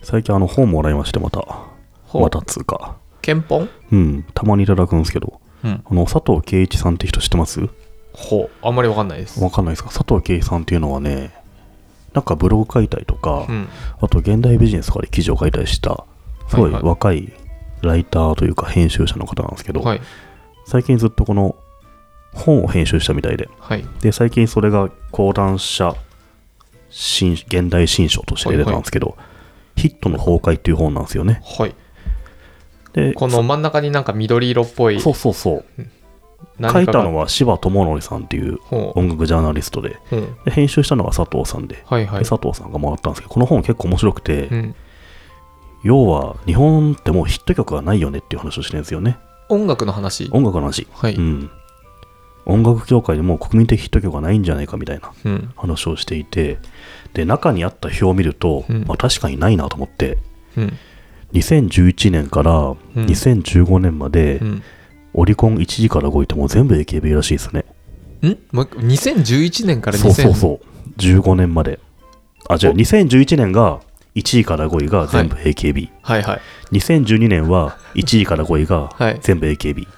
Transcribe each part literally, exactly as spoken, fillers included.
最近あの本もらいまして、またまたっつうか憲本うんたまにいただくんですけど、うん、あの佐藤圭一さんって人知ってます？ ほう、あんまりわかんないです。 わかんないですか？佐藤圭一さんっていうのはね、なんかブログ書いたりとか、うん、あと現代ビジネスとかで記事を書いたりしたすごい若いライターというか編集者の方なんですけど、はい、最近ずっとこの本を編集したみたいで、はい、で最近それが講談社新現代新書として出たんですけど、はいはい、ヒットの崩壊っていう本なんですよね。 はい。でこの真ん中になんか緑色っぽい、 そうそうそう、書いたのは柴智則さんっていう音楽ジャーナリスト で,、うん、で編集したのが佐藤さん で,、はいはい、で佐藤さんがもらったんですけど、この本結構面白くて、うん、要は日本ってもうヒット曲がないよねっていう話をしてるんですよね。 音楽の話音楽の話、はい、うん、音楽業界でもう国民的ヒット曲がないんじゃないかみたいな話をしていて、で中にあった表を見ると、うん、まあ、確かにないなと思って、うん、にせんじゅういちねんからにせんじゅうごねんまで、うん、オリコンいちいからごいってもう全部 エーケービー らしいですね。 んにせんじゅういちねんからにせんそうそうそうじゅうごねんまで、あじゃあにせんじゅういちねんがいちいからごいが全部 エーケービー、 はいはいはい、 にせんじゅうにねんはいちいからごいが全部 エーケービー、はい、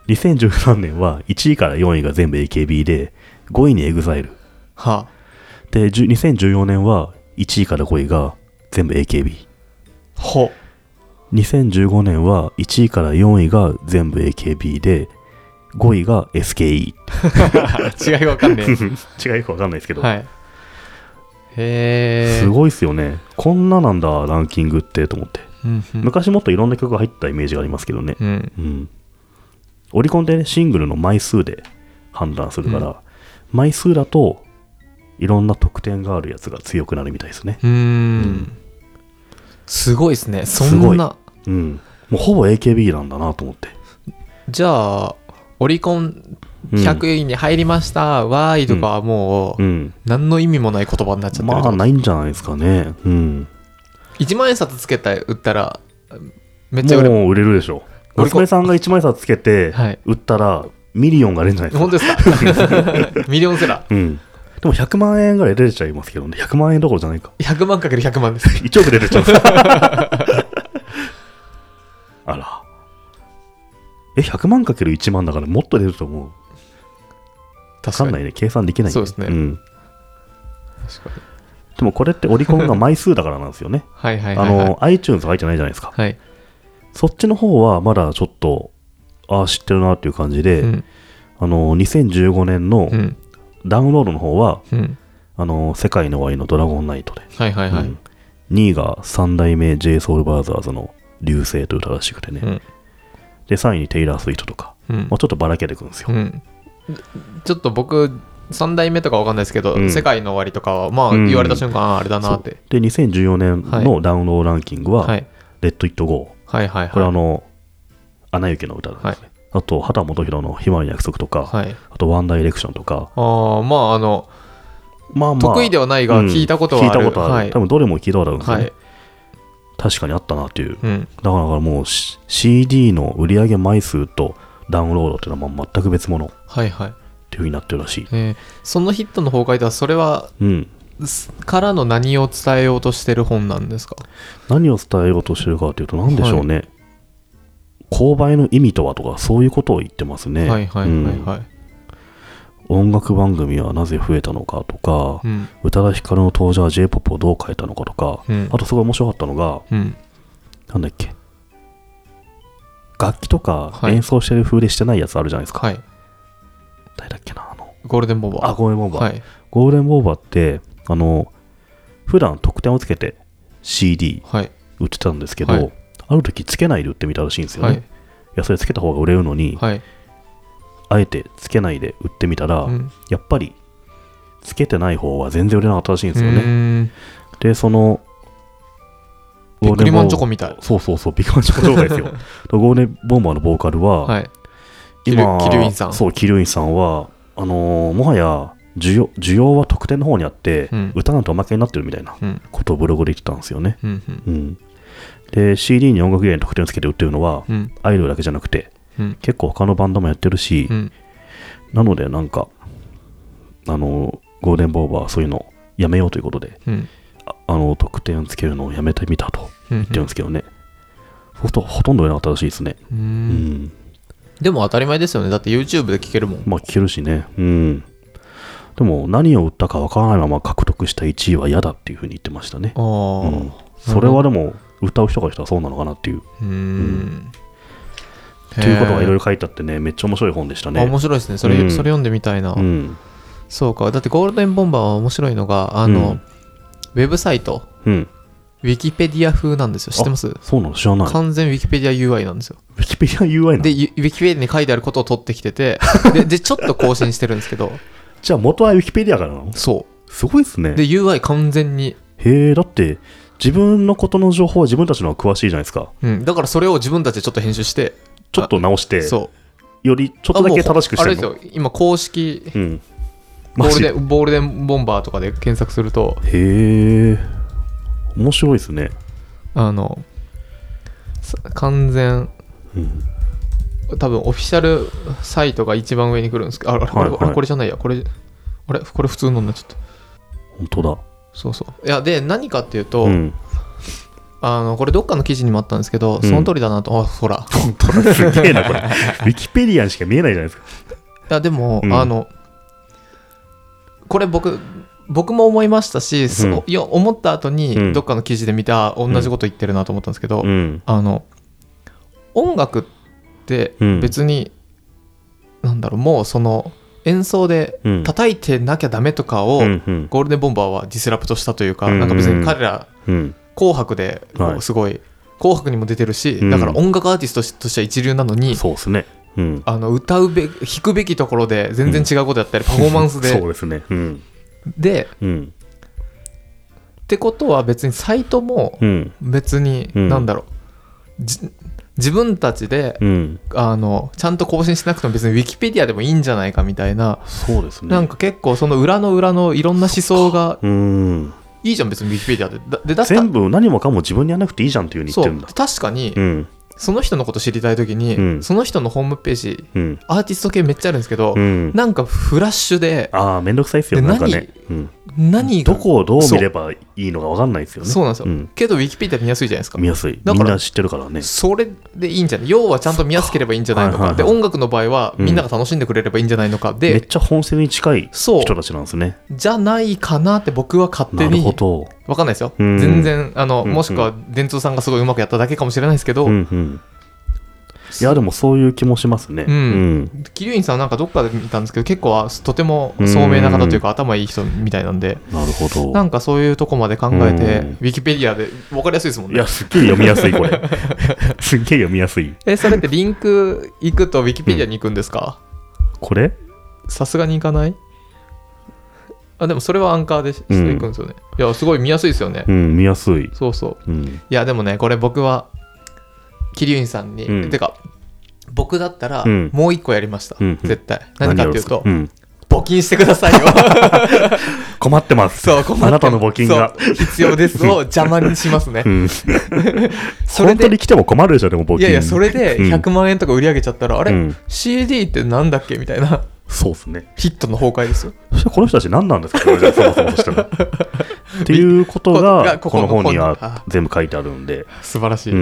にせんじゅうさんねんはいちいからよんいが全部 エーケービー でごいに エグザイル、はあ、でにせんじゅうよねんはいちいからごいが全部 エーケービー、 ほにせんじゅうごねんはいちいからよんいが全部 エーケービー でごいが エスケーイー違いわかんねえ違いよくわかんないですけど、はい、 へすごいっすよね。こんななんだランキングってと思って、うんうん、昔もっといろんな曲が入ったイメージがありますけどね、うんうん、オリコンで、ね、シングルの枚数で判断するから、うん、枚数だといろんな得点があるやつが強くなるみたいですね。 うーん、うん、すごいですね。そんな、 うん、もうほぼ エーケービー なんだなと思って。 じゃあオリコンひゃくいに入りました、うん、わーいとかはもう、うん、何の意味もない言葉になっちゃってる。 まあないんじゃないですかね、うん、 いちまん円札つけて売ったらめっちゃ売れる。 もう売れるでしょ。娘さんがいちまん円札つけて売ったらミリオンが出るんじゃないですか。 本当ですかミリオンセラー、 うん、でもひゃくまんえんぐらい出ちゃいますけどね。ひゃくまんえんどころじゃないか。 ひゃくまんかけるひゃくまんです。 いちおく出ちゃうあらえひゃくまんかけるいちまんだからもっと出ると思う。分かんないね、計算できない、ね、 そうですね、うん、 確かに。でもこれってオリコンが枚数だからなんですよねはいはいはい、はい、 あの iTunes 入ってないじゃないですか、 はい、 そっちの方はまだちょっとああ知ってるなっていう感じで、うん、あのにせんじゅうごねんのダウンロードの方は、うん、あの世界の終わりのドラゴンナイトで、 はいはいはい、うん、 にいがさん代目 JSOULBROTHERS の流星という歌らしくてね、うん、でさんいにテイラー・スウィートとか、うんまあ、ちょっとばらけてくるんですよ、うん、 ちょっと僕さん代目とかわかんないですけど、うん、世界の終わりとかはまあ言われた瞬間、うん、あれだなって。 でにせんじゅうよねんのダウンロードランキングは、はい、レッド・イット・ゴー、はいはいはい、これはあのアナ雪の歌ですね、はい、あと畑基博のひまわりの約束とか、はい、あとワンダイレクションとか、 あまああの、まあまあ、得意ではないが聞いたことはある、 うん、聞いたことある、はい、多分どれも聞いたことあるんですよね、はい、確かにあったなっていう、うん、だからもう シーディー の売り上げ枚数とダウンロードっていうのは全く別物、 はいはい、 っていう風になってるらしい、 えー、そのヒットの崩壊ではそれは、うん、からの何を伝えようとしてる本なんですか？ 何を伝えようとしてるかというと何でしょうね、はい、購買の意味とはとかそういうことを言ってますね。はいはいはいはい、うん、音楽番組はなぜ増えたのかとか、うん、宇多田ヒカルの登場は J-ポップ をどう変えたのかとか、うん、あとすごい面白かったのが、うん、なんだっけ楽器とか演奏してる風でしてないやつあるじゃないですか、はい、誰だっけなあのゴールデンボンバーあゴールデンボンバー、はい、ゴールデンボンバーってあの普段特典をつけて シーディー 売ってたんですけど、はい、ある時つけないで売ってみたらしいんですよね、はい、いやそれつけた方が売れるのに、はい、あえてつけないで売ってみたら、うん、やっぱりつけてない方は全然売れなかったらしいんですよね。でそのビックリマンチョコみたい。 そうそうそうビックリマンチョコ状態ですよゴールデンボンバーのボーカルは、はい、今キリュウインさんそうキリュウインさんはあのー、もはや需要、需要は特典の方にあって、うん、歌なんておまけになってるみたいなことをブログで言ってたんですよね、うんうん、で シーディー に音楽芸人特典をつけて売ってるのは、うん、アイドルだけじゃなくて、うん、結構他のバンドもやってるし、うん、なのでなんかあのゴールデンボーバーはそういうのやめようということで、うん、 あ, あの得点つけるのをやめてみたと言ってるんですけどね、そうするとほとんど売れなかったらしいですね。 うん、うん、でも当たり前ですよね。だって YouTube で聞けるもん。 まあ聞けるしね。うん。でも何を売ったかわからないまま獲得したいちいは嫌だっていうふうに言ってましたね。 あ、うん、 それはでも歌う人がしたらそうなのかなっていう。 うん、うんっていうことがいろいろ書いてあってね、めっちゃ面白い本でしたね。 あ、面白いですね。それ、うん、それ読んでみたいな、うん、そうか。だってゴールデンボンバーは面白いのがあの、うん、ウェブサイト、うん、ウィキペディア風なんですよ。知ってます？ そうなの？知らない。 完全ウィキペディア ユーアイ なんですよ。 ウィキペディア ユーアイ なの？ で、ウィキペディアに書いてあることを取ってきててで, でちょっと更新してるんですけどじゃあ元はウィキペディアからなの？ そう。 すごいですね。 で ユーアイ 完全に。 へえ、だって自分のことの情報は自分たちの方が詳しいじゃないですか。 うん。だからそれを自分たちでちょっと編集してちょっと直して、 そうよりちょっとだけ正しくしてるの。 あれですよ、今公式、うん、ボールデン、ボールデンボンバーとかで検索すると、 へえ、面白いですね。 あの完全、うん、多分オフィシャルサイトが一番上に来るんですけど、あれ、はいはい、あれこれじゃないや、これあれこれ普通のになっちゃった。本当だ。 そうそう。いやで何かっていうと、うん、あのこれどっかの記事にもあったんですけど、その通りだなと、うん、あ、ほら本当だ、すげえなこれウィキペディアにしか見えないじゃないですか。 いやでも、うん、あのこれ僕僕も思いましたし、うん、そういや思った後にどっかの記事で見た、うん、同じこと言ってるなと思ったんですけど、うん、あの音楽って別に、うん、なんだろう、もうその演奏で叩いてなきゃダメとかを、うん、ゴールデンボンバーはディスラプトしたというか、うん、なんか別に彼ら、うん紅白ですごい、はい、紅白にも出てるし、うん、だから音楽アーティストとしては一流なのに、 そうですね、うん、 あの歌うべ弾くべきところで全然違うことやったり、うん、パフォーマンスでそうですね、うん、 で、うん、ってことは別にサイトも別に、うん、なんだろう、じ自分たちで、うん、あのちゃんと更新しなくても別にウィキペディアでもいいんじゃないかみたいな。 そうですね。 なんか結構その裏の裏のいろんな思想が、うんいいじゃん別にウィキペディアで。だでだ全部何もかも自分にやらなくていいじゃんっていう風に言ってるんだ。 そう確かに、うん、その人のこと知りたいときに、うん、その人のホームページ、うん、アーティスト系めっちゃあるんですけど、うん、なんかフラッシュで、 ああめんどくさいですよね。なんかね、うん、 何どこをどう見ればいいのか分かんないですよね。 そうなんですよ、うん、けどウィキペディア見やすいじゃないですか。 見やすい。みんな知ってるからね。 それでいいんじゃない。要はちゃんと見やすければいいんじゃないのか、はいはいはい、で音楽の場合はみんなが楽しんでくれればいいんじゃないのか、うん、でめっちゃ本質に近い人たちなんですね。 じゃないかなって僕は勝手に。 なるほど。 分かんないですよ、うん、全然あの、うんうん、もしくは電通さんがすごいうまくやっただけかもしれないですけど、うんうん、 いやでもそういう気もしますね。 桐生院さんなんかどっかで見たんですけど結構とても聡明な方というか頭いい人みたいなんで、 なるほど。 なんかそういうとこまで考えてウィキペディアで分かりやすいですもんね。 いやすっげえ読みやすいこれすっげえ読みやすい。 えそれってリンク行くとウィキペディアに行くんですか、 うん、これさすがに行かない？あでもそれはアンカーでしていくんですよね、うん、いやすごい見やすいですよね。 うん見やすい。 そうそう、うん、いやでもねこれ僕は桐生院さんに、うん、てか僕だったらもう一個やりました、うん、絶対。何かっていうと、うん、募金してくださいよ困ってます。 そう困ってあなたの募金が必要ですを邪魔にしますね、うん、 それで本当に来ても困るでしょ。でも募金、 いやいやそれでひゃくまんえんとか売り上げちゃったら、うん、あれ、うん、シーディー ってなんだっけみたいな。 そうですね。 ヒットの崩壊ですよ。 そしてこの人たち何なんですかじゃあそもそもとしたらっていうことがこの本には全部書いてあるんで素晴らしい、うん、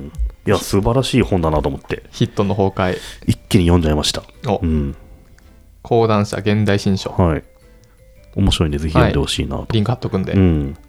いや素晴らしい本だなと思ってヒットの崩壊一気に読んじゃいました。 お、うん、講談社現代新書、 はい、面白いんでぜひ読んでほしいなと、はい、 リンク貼っとくんで、 うん、